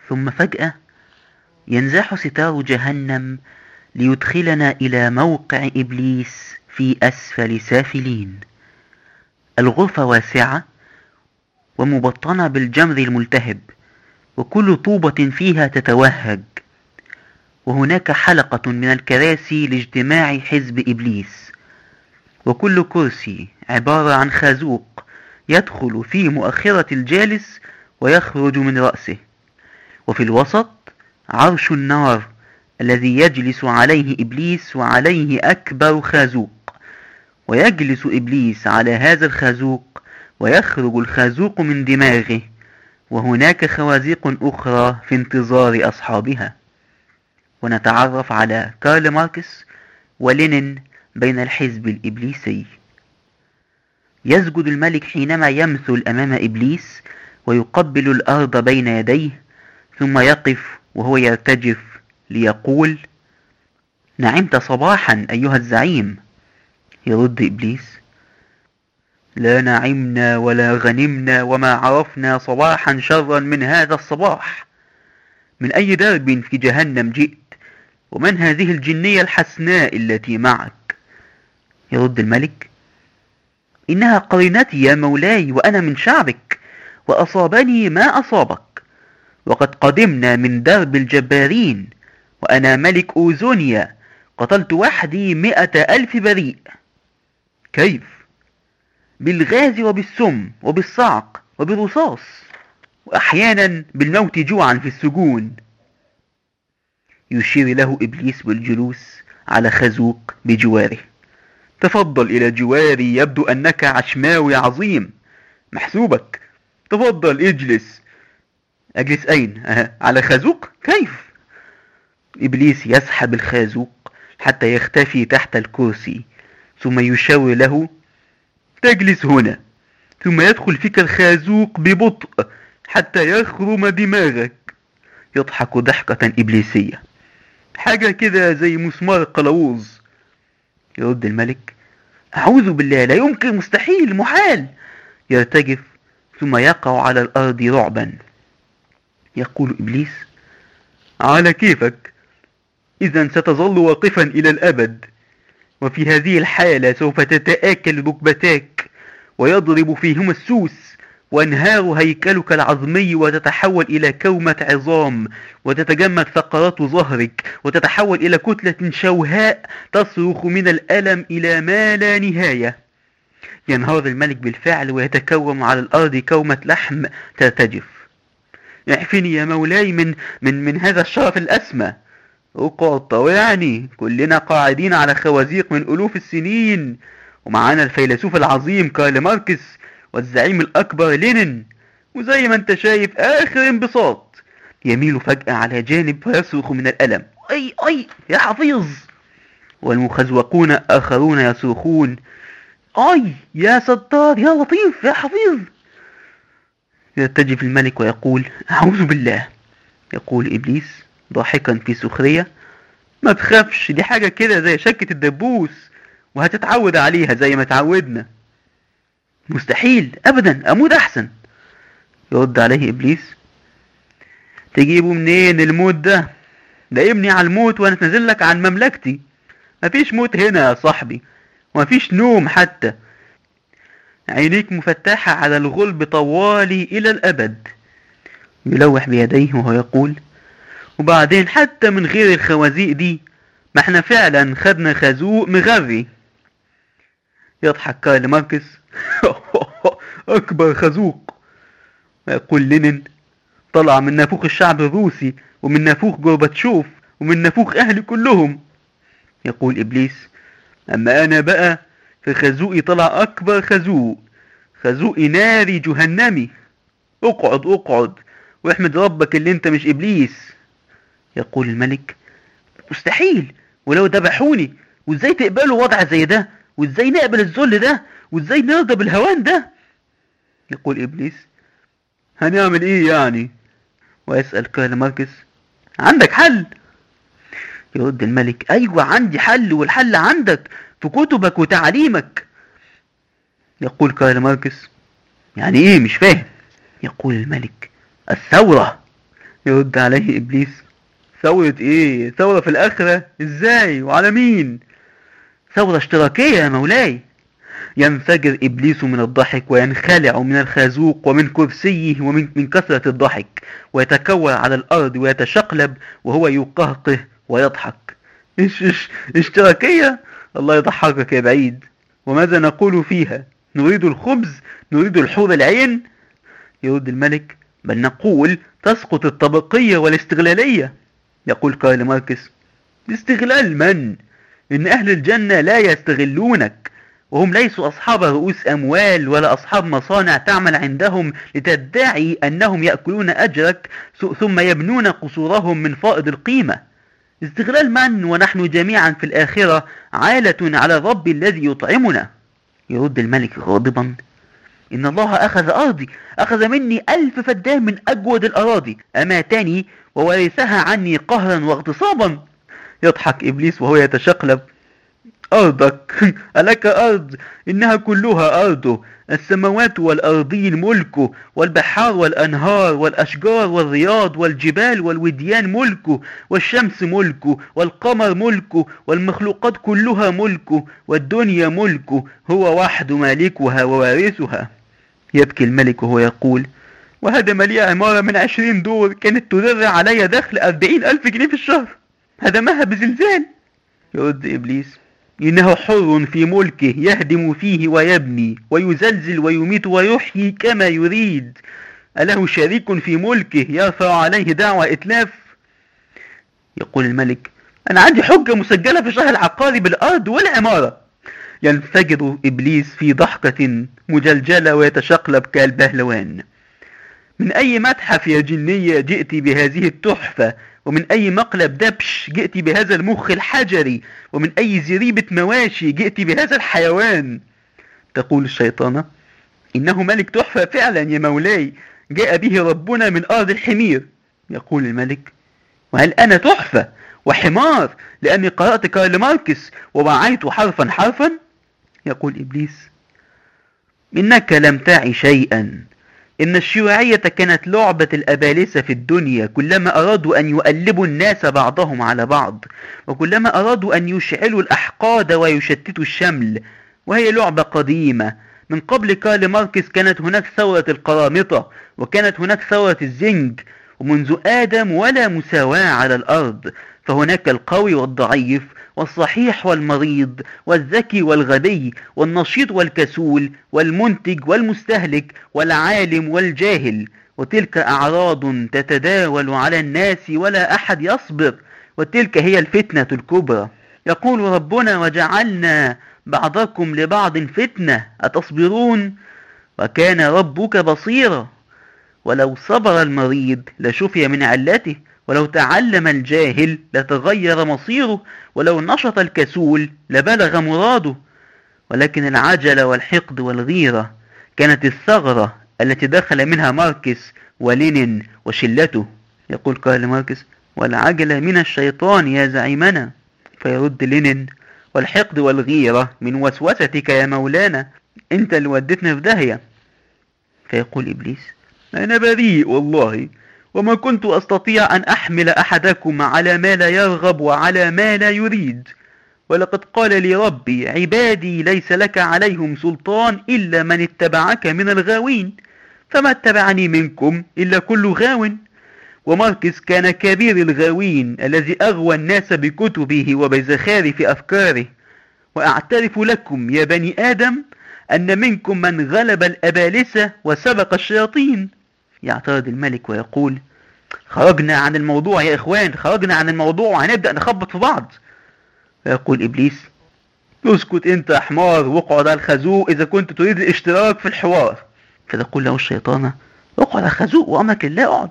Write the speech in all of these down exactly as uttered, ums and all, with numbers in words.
ثم فجأة ينزاح ستار جهنم ليدخلنا إلى موقع إبليس في أسفل سافلين. الغرفة واسعة ومبطنة بالجمر الملتهب، وكل طوبة فيها تتوهج، وهناك حلقة من الكراسي لاجتماع حزب إبليس، وكل كرسي عبارة عن خازوق يدخل في مؤخرة الجالس ويخرج من رأسه. وفي الوسط عرش النار الذي يجلس عليه إبليس، وعليه أكبر خازوق، ويجلس إبليس على هذا الخازوق، ويخرج الخازوق من دماغه، وهناك خوازيق أخرى في انتظار أصحابها. ونتعرف على كارل ماركس ولينين بين الحزب الإبليسي. يسجد الملك حينما يمثل أمام إبليس ويقبل الأرض بين يديه، ثم يقف وهو يرتجف ليقول: نعمت صباحا أيها الزعيم. يرد إبليس: لا نعمنا ولا غنمنا، وما عرفنا صباحا شرا من هذا الصباح. من أي درب في جهنم جئت؟ ومن هذه الجنية الحسناء التي معك؟ يرد الملك: إنها قرينتي يا مولاي، وأنا من شعبك، وأصابني ما أصابك، وقد قدمنا من درب الجبارين، وأنا ملك أوزونيا، قتلت وحدي مئة ألف بريء. كيف؟ بالغاز وبالسم وبالصعق وبالرصاص، وأحيانا بالموت جوعا في السجون. يشير له إبليس بالجلوس على خازوق بجواره: تفضل إلى جواري، يبدو أنك عشماوي عظيم، محسوبك، تفضل اجلس. أجلس أين؟ أه. على خازوق؟ كيف؟ إبليس يسحب الخازوق حتى يختفي تحت الكرسي، ثم يشاور له: تجلس هنا، ثم يدخل فيك الخازوق ببطء حتى يخرم دماغك. يضحك ضحكة إبليسية، حاجة كده زي مسمار قلاووز. يرد الملك: أعوذ بالله، لا يمكن، مستحيل، محال. يرتجف ثم يقع على الأرض رعبا. يقول إبليس: على كيفك، إذن ستظل واقفا إلى الأبد، وفي هذه الحالة سوف تتآكل ركبتاك ويضرب فيهما السوس، وانهار هيكلك العظمي، وتتحول إلى كومة عظام، وتتجمد فقرات ظهرك، وتتحول إلى كتلة شوهاء تصرخ من الألم إلى ما لا نهاية. ينهار الملك بالفعل ويتكوم على الأرض كومة لحم ترتجف. اعفني يا مولاي من من من هذا الشرف الأسمى. اقعد طوعني، كلنا قاعدين على خوازيق من ألوف السنين، ومعانا الفيلسوف العظيم كارل ماركس والزعيم الأكبر لينين، وزي ما انت شايف آخر انبساط. يميل فجأة على جانب فيصرخ من الألم: أي أي يا حفيظ. والمخزوقون آخرون يصرخون: أي يا ستار، يا لطيف، يا حفيظ. يرتجف الملك ويقول: أعوذ بالله. يقول إبليس ضاحكا في سخرية: ما تخافش، دي حاجة كده زي شكة الدبوس، وهتتعود عليها زي ما تعودنا. مستحيل أبدا، أموت أحسن. يرد عليه إبليس: تجيبه منين الموت ده؟ ده ابني على الموت وأنا تنزل لك عن مملكتي. مفيش موت هنا يا صاحبي، ومفيش نوم حتى. عينيك مفتحة على الغلب طوالي إلى الأبد. يلوح بيديه وهو يقول: وبعدين حتى من غير الخوازيق دي، ما احنا فعلا خدنا خازوق مغري. يضحك كارل ماركس: أكبر خازوق. ويقول لينين: طلع من نافوخ الشعب الروسي، ومن نافوخ جورباتشوف، ومن نافوخ أهلي كلهم. يقول إبليس: أما أنا بقى في خازوقي طلع أكبر خازوق، خازوقي ناري جهنمي. اقعد اقعد واحمد ربك اللي انت مش إبليس. يقول الملك: مستحيل، ولو ذبحوني، وازاي تقبلوا وضع زي ده، وازاي نقبل الذل ده، وازاي نرضى بالهوان ده؟ يقول إبليس: هنعمل ايه يعني؟ ويسأل كارل ماركس: عندك حل؟ يرد الملك: ايوه عندي حل، والحل عندك في كتبك وتعليمك. يقول كارل ماركس: يعني ايه؟ مش فاهم. يقول الملك: الثورة. يرد عليه إبليس: ثورة إيه؟ ثورة في الآخرة؟ إزاي وعلى مين؟ ثورة اشتراكية يا مولاي. ينفجر إبليس من الضحك وينخلع من الخازوق ومن كرسيه ومن من كثرة الضحك، ويتكور على الأرض ويتشقلب وهو يقهقه ويضحك. إيش إيش اشتراكية؟ الله يضحكك يا بعيد. وماذا نقول فيها؟ نريد الخبز؟ نريد الحور العين؟ يرد الملك: بل نقول تسقط الطبقية والاستغلالية. يقول كارل ماركس: استغلال من؟ إن أهل الجنة لا يستغلونك، وهم ليسوا أصحاب رؤوس أموال ولا أصحاب مصانع تعمل عندهم لتدعي أنهم يأكلون أجرك ثم يبنون قصورهم من فائض القيمة. استغلال من ونحن جميعا في الآخرة عالة على الرب الذي يطعمنا. يرد الملك غاضبا: إن الله أخذ أرضي، أخذ مني ألف فدان من أجود الأراضي، أماتني وورثها عني قهرا واغتصابا. يضحك إبليس وهو يتشقلب: أرضك؟ ألك أرض؟ إنها كلها أرضه، السماوات والأرضين ملكه، والبحار والأنهار والأشجار والرياض والجبال والوديان ملكه، والشمس ملكه والقمر ملكه والمخلوقات كلها ملكه، والدنيا ملكه، هو وحده مالكها ووارثها. يبكي الملك وهو يقول: وهدم لي عمارة من عشرين دور كانت تدر علي دخل أربعين ألف جنيه في الشهر، هدمها بزلزال. يرد إبليس: إنه حر في ملكه، يهدم فيه ويبني ويزلزل ويميت ويحيي كما يريد. أله شريك في ملكه يرفع عليه دعوى إتلاف؟ يقول الملك: أنا عندي حجة مسجلة في شهر العقاري بالأرض والعمارة. ينفجر إبليس في ضحكة مجلجلة ويتشقلب كالبهلوان: من أي متحف يا جنية جئت بهذه التحفة؟ ومن أي مقلب دبش جئت بهذا المخ الحجري؟ ومن أي زريبة مواشي جئت بهذا الحيوان؟ تقول الشيطانة: إنه ملك تحفة فعلا يا مولاي، جاء به ربنا من أرض الحمير. يقول الملك: وهل أنا تحفة وحمار لأني قرأت كارل ماركس ووعيت حرفا حرفا؟ يقول إبليس: إنك لم تعي شيئا. إن الشيوعية كانت لعبة الأبالسة في الدنيا، كلما أرادوا أن يؤلبوا الناس بعضهم على بعض، وكلما أرادوا أن يشعلوا الأحقاد ويشتتوا الشمل، وهي لعبة قديمة. من قبل كارل ماركس كانت هناك ثورة القرامطة، وكانت هناك ثورة الزنج، ومنذ آدم ولا مساواة على الأرض، فهناك القوي والضعيف، والصحيح والمريض، والذكي والغبي، والنشيط والكسول، والمنتج والمستهلك، والعالم والجاهل، وتلك أعراض تتداول على الناس ولا أحد يصبر، وتلك هي الفتنة الكبرى. يقول ربنا: وجعلنا بعضكم لبعض فتنة أتصبرون؟ وكان ربك بصيرا. ولو صبر المريض لشفي من علته، ولو تعلم الجاهل لتغير مصيره، ولو نشط الكسول لبلغ مراده. ولكن العجلة والحقد والغيرة كانت الثغرة التي دخل منها ماركس ولينين وشلته. يقول كارل ماركس: والعجلة من الشيطان يا زعيمنا. فيرد لينين: والحقد والغيرة من وسوستك يا مولانا، انت اللي ودتنا في داهية. فيقول إبليس: أنا بريء والله، وما كنت أستطيع أن أحمل أحدكم على ما لا يرغب وعلى ما لا يريد. ولقد قال لي ربي: عبادي ليس لك عليهم سلطان إلا من اتبعك من الغاوين، فما اتبعني منكم إلا كل غاو. وماركس كان كبير الغاوين الذي أغوى الناس بكتبه وبزخارف أفكاره. وأعترف لكم يا بني آدم أن منكم من غلب الأبالسة وسبق الشياطين. يعترض الملك ويقول: خرجنا عن الموضوع يا إخوان، خرجنا عن الموضوع وهنبدأ نخبط في بعض. فيقول إبليس: اسكت أنت يا حمار واقعد على الخازوق إذا كنت تريد الاشتراك في الحوار. فتقول له الشيطانة: اقعد على الخازوق وأمرك الله اقعد.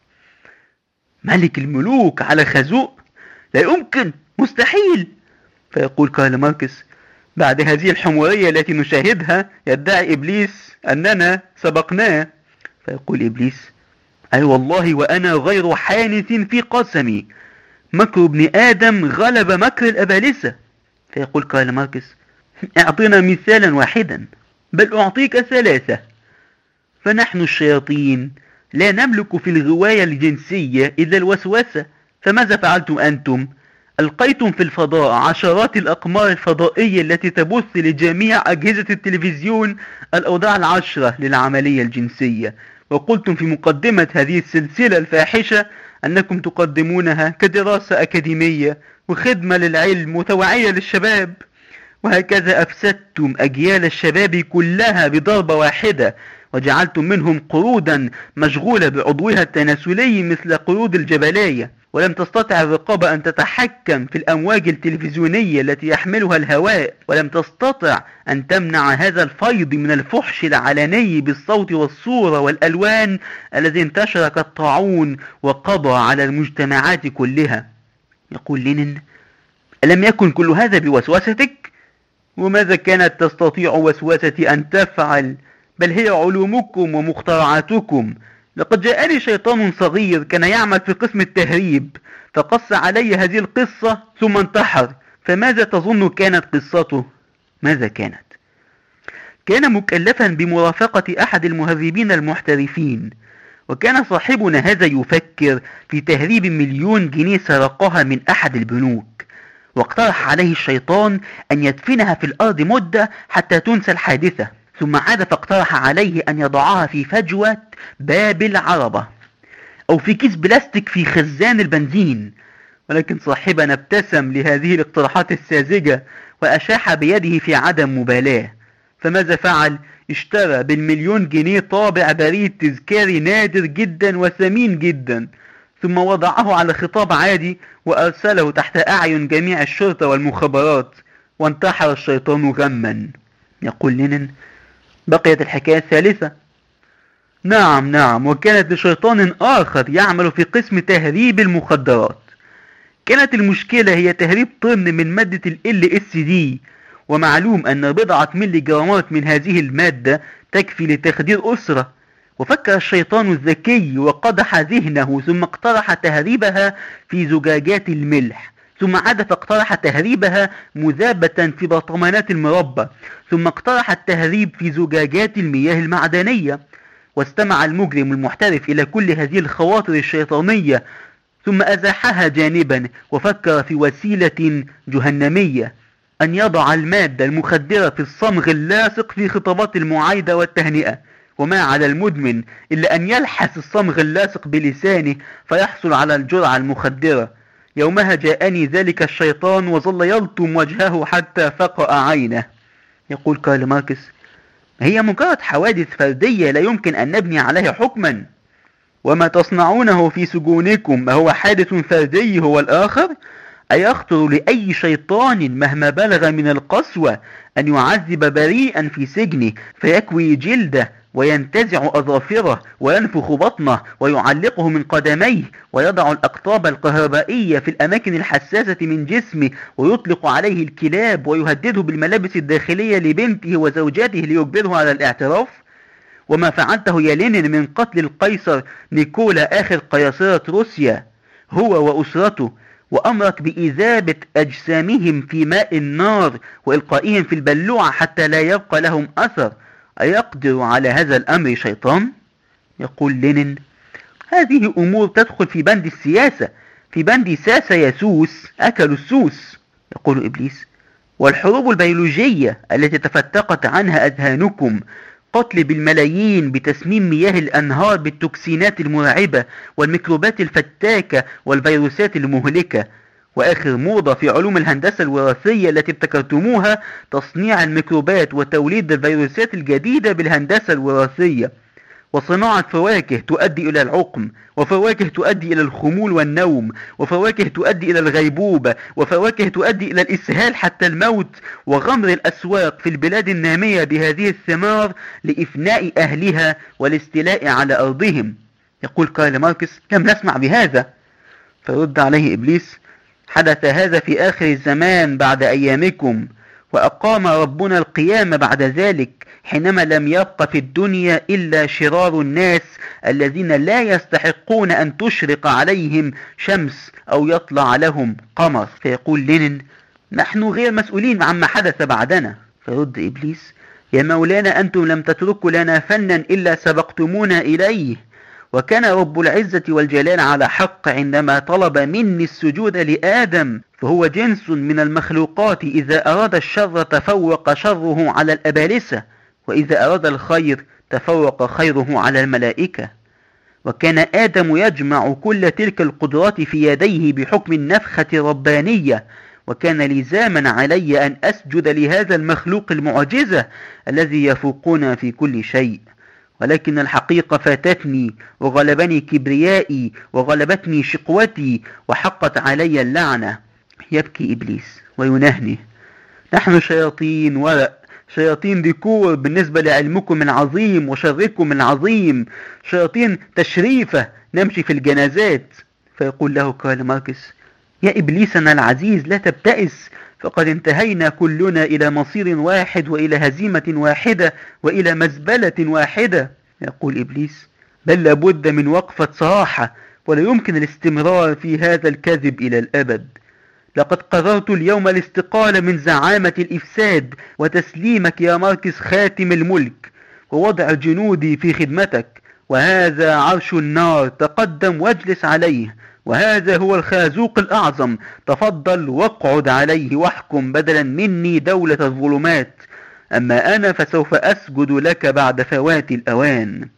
ملك الملوك على خازوق؟ لا يمكن، مستحيل. فيقول كارل ماركس: بعد هذه الحمورية التي نشاهدها يدعي إبليس أننا سبقناه. فيقول إبليس: أي والله وأنا غير حانث في قسمي، مكر ابن آدم غلب مكر الأبالسة. فيقول كارل ماركس: اعطنا مثالا واحدا، بل أعطيك ثلاثة. فنحن الشياطين لا نملك في الغواية الجنسية إلا الوسوسة، فماذا فعلتم أنتم؟ ألقيتم في الفضاء عشرات الأقمار الفضائية التي تبث لجميع أجهزة التلفزيون الأوضاع العشرة للعملية الجنسية، وقلتم في مقدمة هذه السلسلة الفاحشة أنكم تقدمونها كدراسة أكاديمية وخدمة للعلم وتوعية للشباب، وهكذا أفسدتم أجيال الشباب كلها بضربة واحدة، وجعلتم منهم قرودا مشغولة بعضوها التناسلي مثل قرود الجبلية، ولم تستطع الرقابة أن تتحكم في الأمواج التلفزيونية التي يحملها الهواء، ولم تستطع أن تمنع هذا الفيض من الفحش العلني بالصوت والصورة والألوان الذي انتشر كالطاعون وقضى على المجتمعات كلها. يقول لينين: ألم يكن كل هذا بوسوستك؟ وماذا كانت تستطيع وسوستي أن تفعل؟ بل هي علومكم ومخترعاتكم. لقد جاءني شيطان صغير كان يعمل في قسم التهريب، فقص علي هذه القصة ثم انتحر. فماذا تظن كانت قصته؟ ماذا كانت؟ كان مكلفا بمرافقة أحد المهربين المحترفين، وكان صاحبنا هذا يفكر في تهريب مليون جنيه سرقها من أحد البنوك، واقترح عليه الشيطان أن يدفنها في الأرض مدة حتى تنسى الحادثة، ثم عاد فاقترح عليه أن يضعها في فجوة باب العربة أو في كيس بلاستيك في خزان البنزين. ولكن صاحبنا ابتسم لهذه الاقتراحات الساذجة وأشاح بيده في عدم مبالاة. فماذا فعل؟ اشترى بالمليون جنيه طابع بريد تذكاري نادر جدا وثمين جدا، ثم وضعه على خطاب عادي وأرسله تحت أعين جميع الشرطة والمخابرات، وانتحر الشيطان غما. يقول لينين: بقيت الحكاية الثالثة. نعم نعم وكانت لشيطان آخر يعمل في قسم تهريب المخدرات. كانت المشكلة هي تهريب طن من مادة ال إل إس دي، ومعلوم أن بضعة ملي جرامات من هذه المادة تكفي لتخدير أسرة. وفكر الشيطان الذكي وقدح ذهنه، ثم اقترح تهريبها في زجاجات الملح، ثم عاد فاقترح تهريبها مذابة في برطمانات المربى، ثم اقترح التهريب في زجاجات المياه المعدنية. واستمع المجرم المحترف إلى كل هذه الخواطر الشيطانية، ثم أزاحها جانبا وفكر في وسيلة جهنمية: أن يضع المادة المخدرة في الصمغ اللاصق في خطابات المعايدة والتهنئة. وما على المدمن إلا أن يلحس الصمغ اللاصق بلسانه فيحصل على الجرعة المخدرة. يومها جاءني ذلك الشيطان وظل يلطم وجهه حتى فقأ عينه. يقول كارل ماركس: هي مجرد حوادث فردية لا يمكن أن نبني عليها حكما. وما تصنعونه في سجونكم ما هو حادث فردي هو الآخر؟ أيخطر لأي شيطان مهما بلغ من القسوة أن يعذب بريئا في سجنه فيكوي جلده وينتزع أظافره وينفخ بطنه ويعلقه من قدميه ويضع الأقطاب الكهربائية في الأماكن الحساسة من جسمه ويطلق عليه الكلاب ويهدده بالملابس الداخلية لبنته وزوجاته ليجبره على الاعتراف؟ وما فعلته يا لينين من قتل القيصر نيكولا آخر قياصرة روسيا هو وأسرته، وأمرك بإذابة أجسامهم في ماء النار وإلقائهم في البلوعة حتى لا يبقى لهم أثر، أيقدر على هذا الأمر شيطان؟ يقول لينين: هذه أمور تدخل في بند السياسة، في بند ساس يسوس أكلوا السوس. يقول إبليس: والحروب البيولوجية التي تفتقت عنها أذهانكم، قتل بالملايين بتسميم مياه الأنهار بالتوكسينات المرعبة والميكروبات الفتاكة والفيروسات المهلكة، وآخر موضة في علوم الهندسة الوراثية التي ابتكرتموها تصنيع الميكروبات وتوليد الفيروسات الجديدة بالهندسة الوراثية، وصناعة فواكه تؤدي إلى العقم، وفواكه تؤدي إلى الخمول والنوم، وفواكه تؤدي إلى الغيبوبة، وفواكه تؤدي إلى الإسهال حتى الموت، وغمر الأسواق في البلاد النامية بهذه الثمار لإفناء أهلها والاستيلاء على أرضهم. يقول كارل ماركس: لم نسمع بهذا. فيرد عليه إبليس: حدث هذا في آخر الزمان بعد أيامكم، وأقام ربنا القيامة بعد ذلك، حينما لم يبق في الدنيا إلا شرار الناس الذين لا يستحقون أن تشرق عليهم شمس أو يطلع لهم قمر. فيقول لينين: نحن غير مسؤولين عما حدث بعدنا. فيرد إبليس: يا مولانا أنتم لم تتركوا لنا فنا إلا سبقتمونا إليه، وكان رب العزة والجلال على حق عندما طلب مني السجود لآدم، فهو جنس من المخلوقات إذا أراد الشر تفوق شره على الأبالسة، وإذا أراد الخير تفوق خيره على الملائكة. وكان آدم يجمع كل تلك القدرات في يديه بحكم النفخة الربانية، وكان لزاما علي أن أسجد لهذا المخلوق المعجزة الذي يفوقنا في كل شيء. ولكن الحقيقة فاتتني، وغلبني كبريائي، وغلبتني شقوتي، وحقت علي اللعنة. يبكي إبليس وينهنه: نحن شياطين ورق، شياطين ديكور بالنسبة لعلمكم العظيم وشركم العظيم، شياطين تشريفة نمشي في الجنازات. فيقول له كارل ماركس: يا إبليسنا العزيز لا تبتئس، فقد انتهينا كلنا إلى مصير واحد، وإلى هزيمة واحدة، وإلى مزبلة واحدة. يقول إبليس: بل لابد من وقفة صراحة، ولا يمكن الاستمرار في هذا الكذب إلى الأبد. لقد قررت اليوم الاستقالة من زعامة الإفساد، وتسليمك يا ماركس خاتم الملك، ووضع جنودي في خدمتك. وهذا عرش النار، تقدم واجلس عليه، وهذا هو الخازوق الأعظم، تفضل واقعد عليه واحكم بدلا مني دولة الظلمات. أما أنا فسوف أسجد لك بعد فوات الأوان.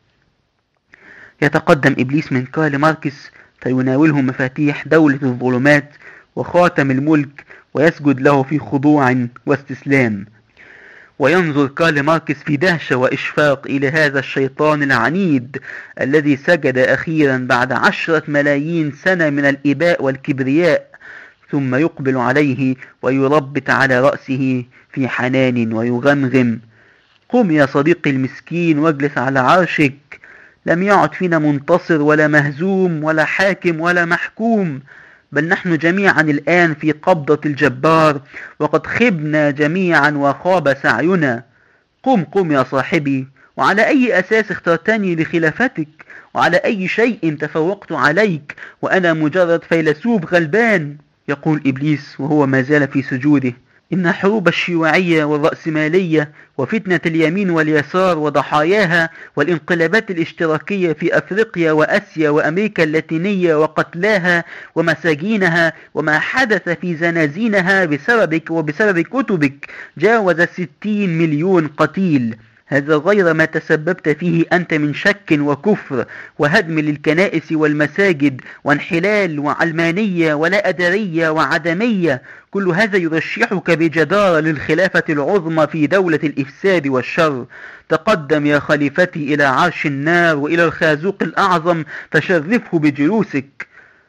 يتقدم إبليس من كارل ماركس فيناوله مفاتيح دولة الظلمات وخاتم الملك، ويسجد له في خضوع واستسلام. وينظر كارل ماركس في دهشة وإشفاق إلى هذا الشيطان العنيد الذي سجد أخيرا بعد عشرة ملايين سنة من الإباء والكبرياء، ثم يقبل عليه ويربت على رأسه في حنان ويغمغم: قم يا صديقي المسكين واجلس على عرشك. لم يعد فينا منتصر ولا مهزوم ولا حاكم ولا محكوم، بل نحن جميعا الآن في قبضة الجبار، وقد خبنا جميعا وخاب سعينا. قم قم يا صاحبي، وعلى أي أساس اخترتني لخلافتك؟ وعلى أي شيء تفوقت عليك وأنا مجرد فيلسوف غلبان؟ يقول إبليس وهو ما زال في سجوده: إن حروب الشيوعية والرأسمالية وفتنة اليمين واليسار وضحاياها والانقلابات الاشتراكية في أفريقيا وأسيا وأمريكا اللاتينية وقتلاها ومساجينها وما حدث في زنازينها بسببك وبسبب كتبك جاوز ستين مليون قتيل. هذا غير ما تسببت فيه أنت من شك وكفر وهدم للكنائس والمساجد وانحلال وعلمانية ولا أدرية وعدمية. كل هذا يرشحك بجدارة للخلافة العظمى في دولة الإفساد والشر. تقدم يا خليفتي إلى عرش النار وإلى الخازوق الأعظم فشرفه بجلوسك.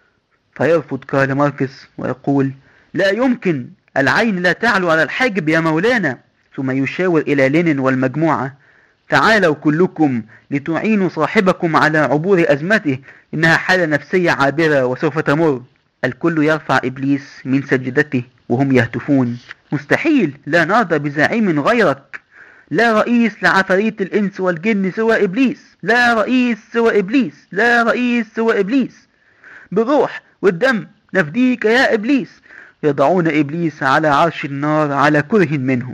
فيرفض كارل ماركس ويقول: لا يمكن، العين لا تعلو على الحاجب يا مولانا. ثم يشاور إلى لينين والمجموعة: تعالوا كلكم لتعينوا صاحبكم على عبور أزمته، إنها حالة نفسية عابرة وسوف تمر. الكل يرفع إبليس من سجدته وهم يهتفون: مستحيل، لا نرضى بزعيم غيرك. لا رئيس لعفاريت الإنس والجن سوى إبليس، لا رئيس سوى إبليس، لا رئيس سوى إبليس. بالروح والدم نفديك يا إبليس. يضعون إبليس على عرش النار على كره منه،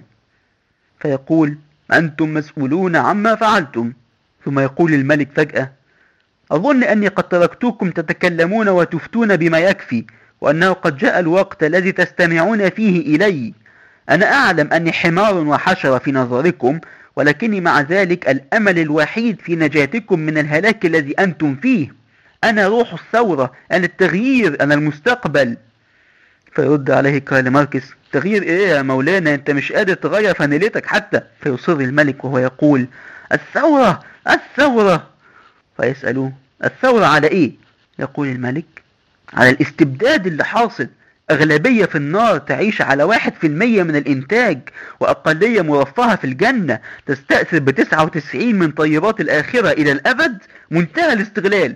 فيقول: أنتم مسؤولون عما فعلتم. ثم يقول الملك فجأة: أظن أني قد تركتكم تتكلمون وتفتون بما يكفي، وأنه قد جاء الوقت الذي تستمعون فيه إلي. أنا أعلم أني حمار وحشرة في نظركم، ولكني مع ذلك الأمل الوحيد في نجاتكم من الهلاك الذي أنتم فيه. أنا روح الثورة، أنا التغيير، أنا المستقبل. فيرد عليه كارل ماركس: تغيير ايه يا مولانا؟ انت مش قادر تغير فانيلتك حتى. فيصر الملك وهو يقول: الثورة الثورة. فيسألوه: الثورة على ايه؟ يقول الملك: على الاستبداد اللي حاصل. اغلبية في النار تعيش على واحد في المية من الانتاج، واقلية مرفهة في الجنة تستأثر بتسعة وتسعين من طيبات الاخرة الى الابد. منتهى الاستغلال.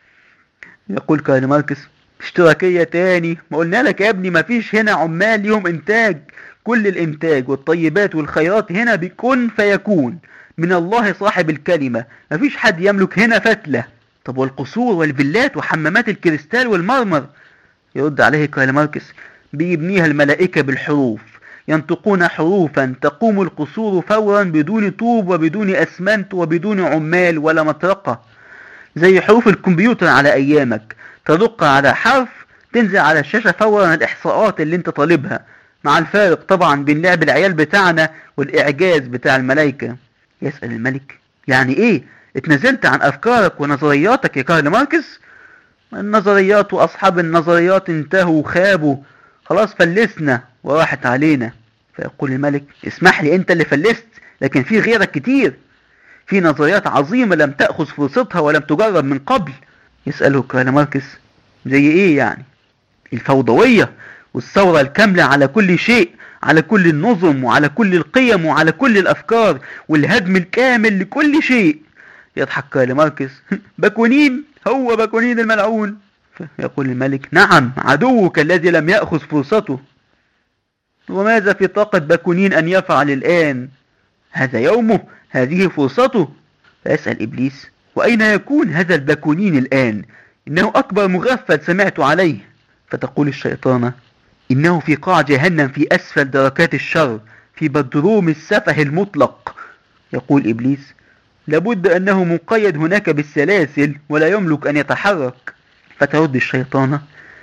يقول كارل ماركس: اشتراكية تاني؟ ما قلنا لك يا ابني ما فيش هنا عمال ليهم انتاج. كل الانتاج والطيبات والخيرات هنا بيكون فيكون من الله صاحب الكلمة. ما فيش حد يملك هنا فتلة. طب والقصور والفيلات وحمامات الكريستال والمرمر؟ يرد عليه كارل ماركس: بيبنيها الملائكة بالحروف، ينطقون حروفا تقوم القصور فورا بدون طوب وبدون اسمنت وبدون عمال ولا مطرقة. زي حروف الكمبيوتر على أيامك، تدق على حرف تنزل على الشاشة فورا الإحصاءات اللي انت طالبها، مع الفارق طبعا بين لعب العيال بتاعنا والإعجاز بتاع الملايكة. يسأل الملك: يعني ايه اتنزلت عن أفكارك ونظرياتك يا كارل ماركس؟ النظريات وأصحاب النظريات انتهوا وخابوا، خلاص فلسنا وراحت علينا. فيقول الملك: اسمح لي، انت اللي فلست، لكن في غيرك كتير، في نظريات عظيمة لم تأخذ فرصتها ولم تجرب من قبل. يسأله كارل ماركس: زي ايه يعني؟ الفوضوية والثورة الكاملة على كل شيء، على كل النظم وعلى كل القيم وعلى كل الأفكار، والهدم الكامل لكل شيء. يضحك كارل ماركس: باكونين، هو باكونين الملعون. يقول الملك: نعم، عدوك الذي لم يأخذ فرصته. وماذا في طاقة باكونين أن يفعل الآن؟ هذا يومه، هذه فرصته. فيسأل إبليس: وأين يكون هذا الباكونين الآن؟ إنه أكبر مغفل سمعت عليه. فتقول الشيطانة: إنه في قاع جهنم في أسفل دركات الشر، في بدروم السفه المطلق. يقول إبليس: لابد أنه مقيد هناك بالسلاسل ولا يملك أن يتحرك. فترد الشيطانة: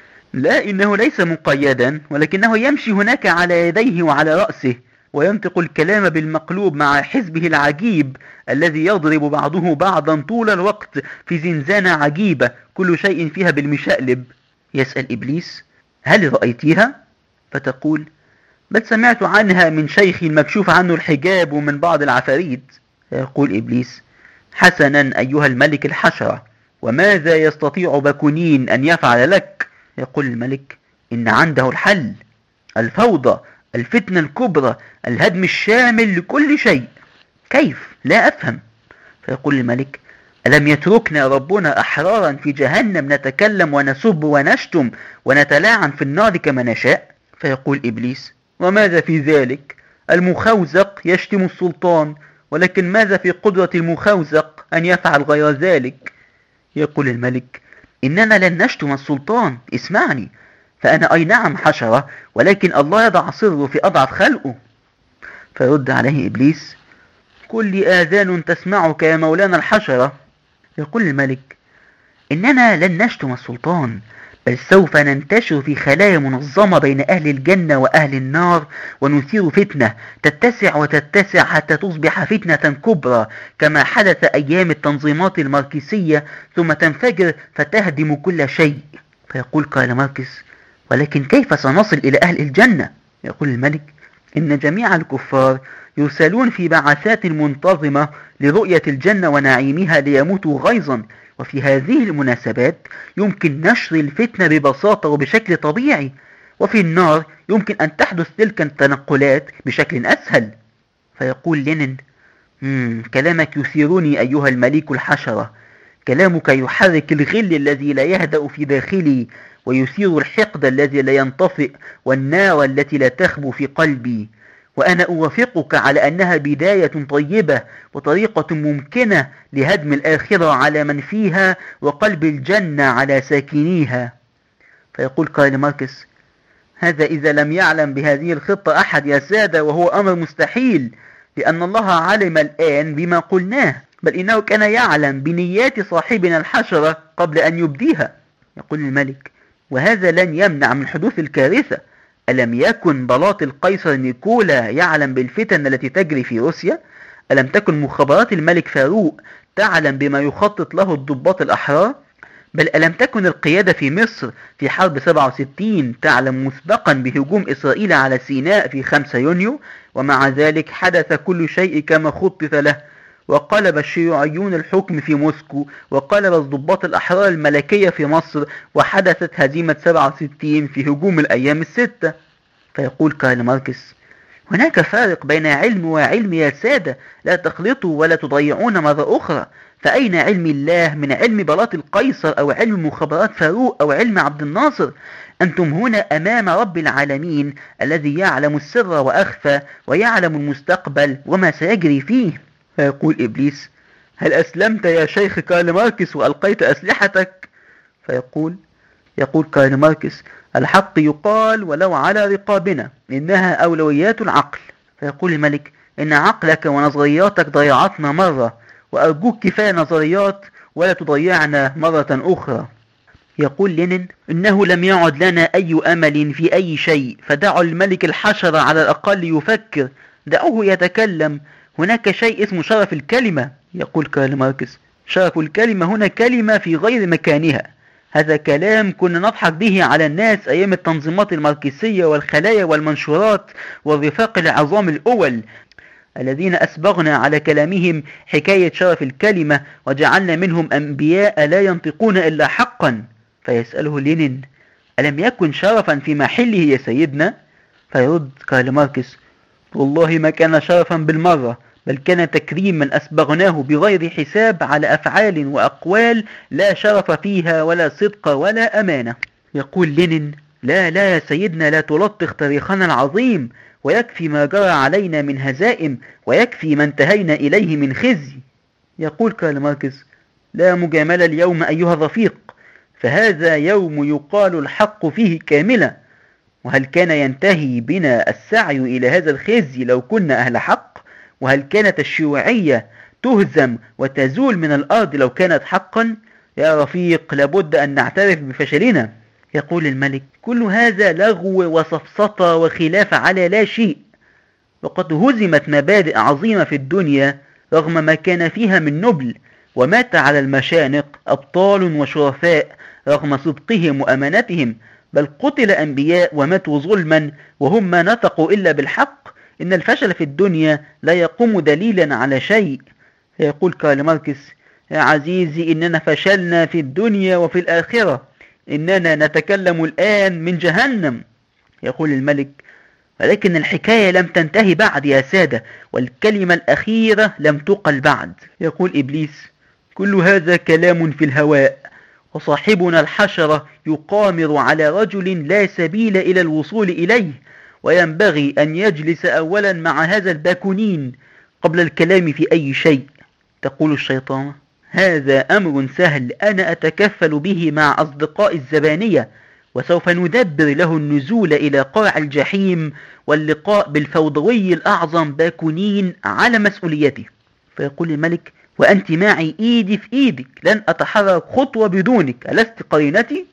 لا، إنه ليس مقيدا، ولكنه يمشي هناك على يديه وعلى رأسه، وينطق الكلام بالمقلوب مع حزبه العجيب الذي يضرب بعضه بعضا طول الوقت في زنزانة عجيبة كل شيء فيها بالمشقلب. يسأل إبليس: هل رأيتيها؟ فتقول: بل سمعت عنها من شيخ مكشوف عنه الحجاب ومن بعض العفاريت. يقول إبليس: حسنا أيها الملك الحشرة، وماذا يستطيع باكونين أن يفعل لك؟ يقول الملك: إن عنده الحل، الفوضى، الفتنة الكبرى، الهدم الشامل لكل شيء. كيف؟ لا أفهم. فيقول الملك: ألم يتركنا ربنا أحرارا في جهنم نتكلم ونسب ونشتم ونتلاعن في النار كما نشاء؟ فيقول إبليس: وماذا في ذلك؟ المخوزق يشتم السلطان، ولكن ماذا في قدرة المخوزق أن يفعل غير ذلك؟ يقول الملك: إننا لن نشتم السلطان، اسمعني، فأنا أي نعم حشرة، ولكن الله يضع سره في أضعف خلقه. فيرد عليه إبليس: كل آذان تسمعك يا مولانا الحشرة. يقول الملك: إننا لن نشتم السلطان، بل سوف ننتشر في خلايا منظمة بين أهل الجنة وأهل النار، ونثير فتنة تتسع وتتسع حتى تصبح فتنة كبرى كما حدث أيام التنظيمات الماركسية، ثم تنفجر فتهدم كل شيء. فيقول كارل ماركس: ولكن كيف سنصل إلى أهل الجنة؟ يقول الملك: إن جميع الكفار يرسلون في بعثات منتظمة لرؤية الجنة ونعيمها ليموتوا غيظا، وفي هذه المناسبات يمكن نشر الفتنة ببساطة وبشكل طبيعي، وفي النار يمكن أن تحدث تلك التنقلات بشكل أسهل. فيقول لينين: مم كلامك يثيرني أيها الملك الحشرة، كلامك يحرك الغل الذي لا يهدأ في داخلي، ويثير الحقد الذي لا ينطفئ، والنار التي لا تخبو في قلبي، وأنا أوافقك على أنها بداية طيبة وطريقة ممكنة لهدم الآخرة على من فيها وقلب الجنة على ساكنيها. فيقول كارل ماركس: هذا إذا لم يعلم بهذه الخطة أحد يا سادة، وهو أمر مستحيل، لأن الله علم الآن بما قلناه، بل إنه كان يعلم بنيات صاحبنا الحشرة قبل أن يبديها. يقول الملك: وهذا لن يمنع من حدوث الكارثة. ألم يكن بلاط القيصر نيكولا يعلم بالفتن التي تجري في روسيا؟ ألم تكن مخابرات الملك فاروق تعلم بما يخطط له الضباط الأحرار؟ بل ألم تكن القيادة في مصر في حرب سبعة وستين تعلم مسبقا بهجوم إسرائيل على سيناء في خمسة يونيو؟ ومع ذلك حدث كل شيء كما خطط له، وقلب الشيوعيون الحكم في موسكو، وقلب الضباط الأحرار الملكية في مصر، وحدثت هزيمة سبعة وستين في هجوم الأيام الستة. فيقول كارل ماركس: هناك فارق بين علم وعلم يا سادة، لا تخلطوا ولا تضيعون مرة أخرى. فأين علم الله من علم بلاط القيصر أو علم مخابرات فاروق أو علم عبد الناصر؟ أنتم هنا أمام رب العالمين الذي يعلم السر وأخفى، ويعلم المستقبل وما سيجري فيه. فيقول إبليس: هل أسلمت يا شيخ كارل ماركس وألقيت أسلحتك؟ فيقول يقول كارل ماركس: الحق يقال ولو على رقابنا، إنها أولويات العقل. فيقول الملك: إن عقلك ونظرياتك ضيعتنا مرة، وأرجوك كفاية نظريات ولا تضيعنا مرة أخرى. يقول لينين: إنه لم يعد لنا أي أمل في أي شيء، فدعوا الملك الحشرة على الأقل يفكر، دعوه يتكلم، هناك شيء اسمه شرف الكلمة. يقول كارل ماركس: شرف الكلمة هنا كلمة في غير مكانها. هذا كلام كنا نضحك به على الناس أيام التنظيمات الماركسية والخلايا والمنشورات والرفاق العظام الأول الذين أسبغنا على كلامهم حكاية شرف الكلمة وجعلنا منهم أنبياء لا ينطقون إلا حقا. فيسأله لينين: ألم يكن شرفا في محله يا سيدنا؟ فيرد كارل ماركس: والله ما كان شرفا بالمرة، بل كان تكريما أسبغناه بغير حساب على أفعال وأقوال لا شرف فيها ولا صدق ولا أمانة. يقول لينين: لا لا يا سيدنا، لا تلطخ تاريخنا العظيم، ويكفي ما جرى علينا من هزائم، ويكفي ما انتهينا إليه من خزي. يقول كارل ماركس: لا مجاملة اليوم أيها الرفيق، فهذا يوم يقال الحق فيه كاملا، وهل كان ينتهي بنا السعي إلى هذا الخزي لو كنا أهل حق؟ وهل كانت الشيوعية تهزم وتزول من الأرض لو كانت حقا؟ يا رفيق، لابد أن نعترف بفشلنا. يقول الملك: كل هذا لغو وسفسطة وخلاف على لا شيء، وقد هزمت مبادئ عظيمة في الدنيا رغم ما كان فيها من نبل، ومات على المشانق أبطال وشرفاء رغم صدقهم وأمانتهم، بل قتل أنبياء وماتوا ظلما وهم ما نطقوا إلا بالحق. إن الفشل في الدنيا لا يقوم دليلا على شيء. يقول كارل ماركس: يا عزيزي، إننا فشلنا في الدنيا وفي الآخرة، إننا نتكلم الآن من جهنم. يقول الملك: ولكن الحكاية لم تنتهي بعد يا سادة، والكلمة الأخيرة لم تقل بعد. يقول إبليس: كل هذا كلام في الهواء، وصاحبنا الحشرة يقامر على رجل لا سبيل إلى الوصول إليه، وينبغي أن يجلس أولا مع هذا الباكونين قبل الكلام في أي شيء. تقول الشيطان: هذا أمر سهل، أنا أتكفل به مع أصدقاء الزبانية، وسوف ندبر له النزول إلى قاع الجحيم واللقاء بالفوضوي الأعظم باكونين على مسؤوليته. فيقول الملك: وأنت معي إيدي في إيدك، لن أتحرك خطوة بدونك، ألست قرينتي؟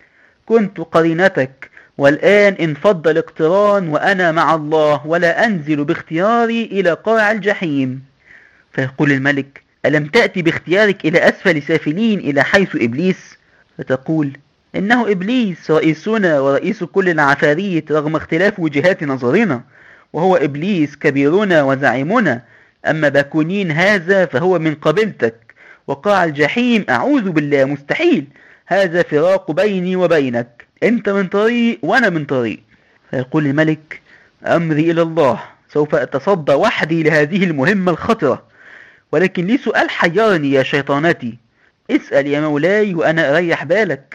كنت قرينتك، والآن انفض الاقتران وأنا مع الله، ولا أنزل باختياري إلى قاع الجحيم. فيقول الملك: ألم تأتي باختيارك إلى أسفل سافلين إلى حيث إبليس؟ فتقول: إنه إبليس رئيسنا ورئيس كل العفاريت رغم اختلاف وجهات نظرنا، وهو إبليس كبيرنا وزعيمنا، أما باكونين هذا فهو من قبيلتك، وقاع الجحيم أعوذ بالله مستحيل، هذا فراق بيني وبينك، أنت من طريق وأنا من طريق. فيقول الملك: أمري إلى الله، سوف أتصدى وحدي لهذه المهمة الخطرة، ولكن لي سؤال حيرني يا شيطانتي. اسأل يا مولاي وأنا أريح بالك.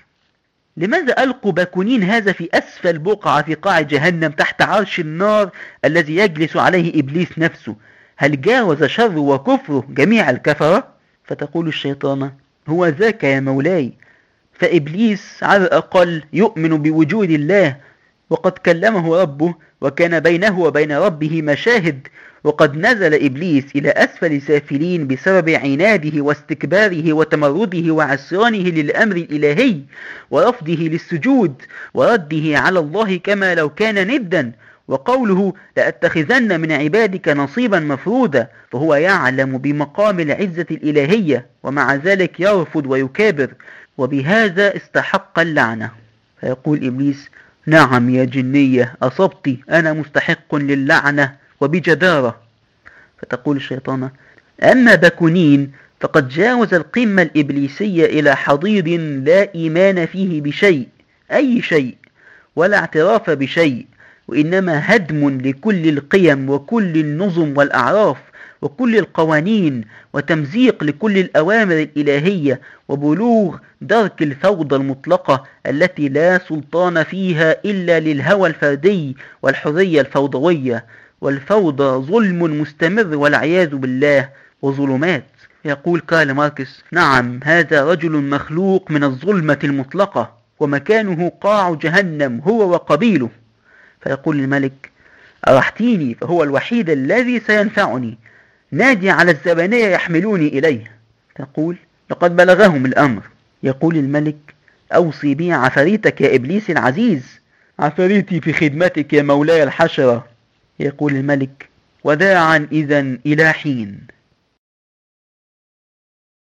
لماذا ألقوا باكونين هذا في أسفل بقعة في قاع جهنم تحت عرش النار الذي يجلس عليه إبليس نفسه؟ هل جاوز شر وكفره جميع الكفرة؟ فتقول الشيطانة: هو ذاك يا مولاي، فإبليس على الأقل يؤمن بوجود الله، وقد كلمه ربه وكان بينه وبين ربه مشاهد، وقد نزل إبليس إلى أسفل سافلين بسبب عناده واستكباره وتمرده وعصيانه للأمر الإلهي ورفضه للسجود ورده على الله كما لو كان ندا، وقوله: لأتخذن من عبادك نصيبا مفرودا، فهو يعلم بمقام العزة الإلهية، ومع ذلك يرفض ويكابر، وبهذا استحق اللعنة. فيقول إبليس: نعم يا جنية، أصبت، أنا مستحق للعنة وبجدارة. فتقول الشيطانة: أما باكونين فقد جاوز القمة الإبليسية إلى حضيض لا إيمان فيه بشيء، أي شيء، ولا اعتراف بشيء، وإنما هدم لكل القيم وكل النظم والأعراف وكل القوانين، وتمزيق لكل الأوامر الإلهية، وبلوغ درك الفوضى المطلقة التي لا سلطان فيها إلا للهوى الفردي والحرية الفوضوية. والفوضى ظلم مستمر والعياذ بالله وظلمات. يقول كارل ماركس: نعم، هذا رجل مخلوق من الظلمة المطلقة، ومكانه قاع جهنم هو وقبيله. فيقول الملك: أرحتيني، فهو الوحيد الذي سينفعني، نادي على الزبانية يحملوني إليه. تقول: لقد بلغهم الأمر. يقول الملك: أوصي بي عفاريتك يا إبليس العزيز. عفاريتي في خدمتك يا مولاي الحشرة. يقول الملك: وداعا إذن إلى حين.